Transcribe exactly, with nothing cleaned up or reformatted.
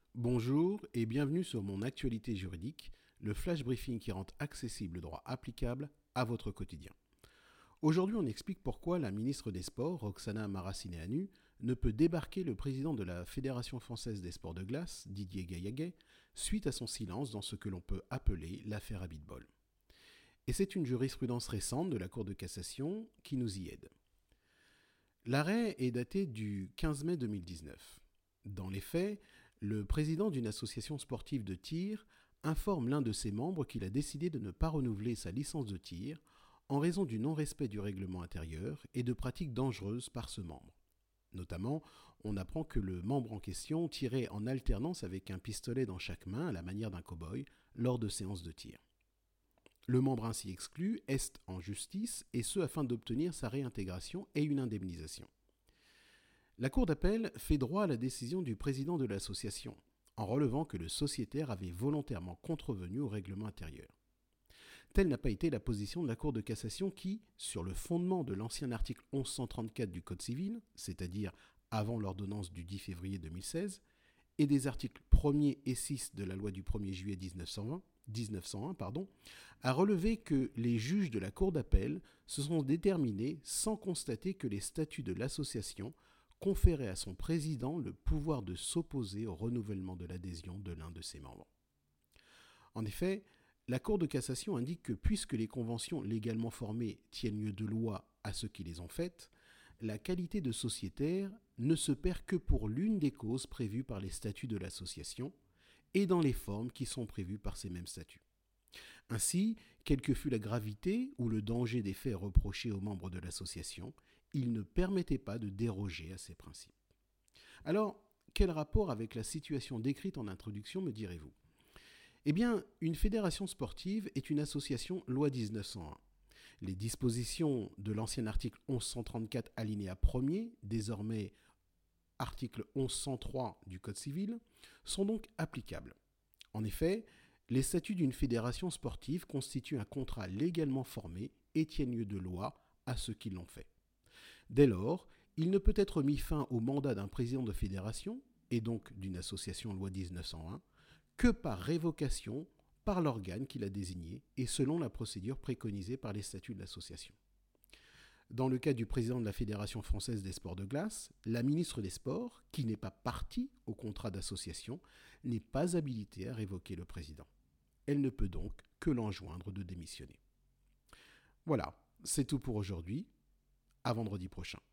Bonjour et bienvenue sur mon actualité juridique, le flash briefing qui rend accessible le droit applicable à votre quotidien. Aujourd'hui, on explique pourquoi la ministre des Sports, Roxana Maracineanu, ne peut débarquer le président de la Fédération française des sports de glace, Didier Gaillaguet, suite à son silence dans ce que l'on peut appeler l'affaire Abitbol. Et c'est une jurisprudence récente de la Cour de cassation qui nous y aide. L'arrêt est daté du quinze mai deux mille dix-neuf. Dans les faits, le président d'une association sportive de tir informe l'un de ses membres qu'il a décidé de ne pas renouveler sa licence de tir en raison du non-respect du règlement intérieur et de pratiques dangereuses par ce membre. Notamment, on apprend que le membre en question tirait en alternance avec un pistolet dans chaque main à la manière d'un cow-boy lors de séances de tir. Le membre ainsi exclu est en justice, et ce afin d'obtenir sa réintégration et une indemnisation. La Cour d'appel fait droit à la décision du président de l'association, en relevant que le sociétaire avait volontairement contrevenu au règlement intérieur. Telle n'a pas été la position de la Cour de cassation qui, sur le fondement de l'ancien article onze cent trente-quatre du Code civil, c'est-à-dire avant l'ordonnance du dix février deux mille seize, et des articles premier et six de la loi du premier juillet mille neuf cent vingt, mille neuf cent un, pardon, a relevé que les juges de la Cour d'appel se sont déterminés sans constater que les statuts de l'association conféraient à son président le pouvoir de s'opposer au renouvellement de l'adhésion de l'un de ses membres. En effet, la Cour de cassation indique que puisque les conventions légalement formées tiennent lieu de loi à ceux qui les ont faites, la qualité de sociétaire ne se perd que pour l'une des causes prévues par les statuts de l'association et dans les formes qui sont prévues par ces mêmes statuts. Ainsi, quelle que fût la gravité ou le danger des faits reprochés aux membres de l'association, il ne permettait pas de déroger à ces principes. Alors, quel rapport avec la situation décrite en introduction, me direz-vous ? Eh bien, une fédération sportive est une association loi mille neuf cent un. Les dispositions de l'ancien article onze cent trente-quatre alinéa premier, désormais article onze cent trois du Code civil, sont donc applicables. En effet, les statuts d'une fédération sportive constituent un contrat légalement formé et tiennent lieu de loi à ceux qui l'ont fait. Dès lors, il ne peut être mis fin au mandat d'un président de fédération, et donc d'une association loi mille neuf cent un, que par révocation par l'organe qui l'a désigné et selon la procédure préconisée par les statuts de l'association. Dans le cas du président de la Fédération française des sports de glace, la ministre des Sports, qui n'est pas partie au contrat d'association, n'est pas habilitée à révoquer le président. Elle ne peut donc que l'enjoindre de démissionner. Voilà, c'est tout pour aujourd'hui. À vendredi prochain.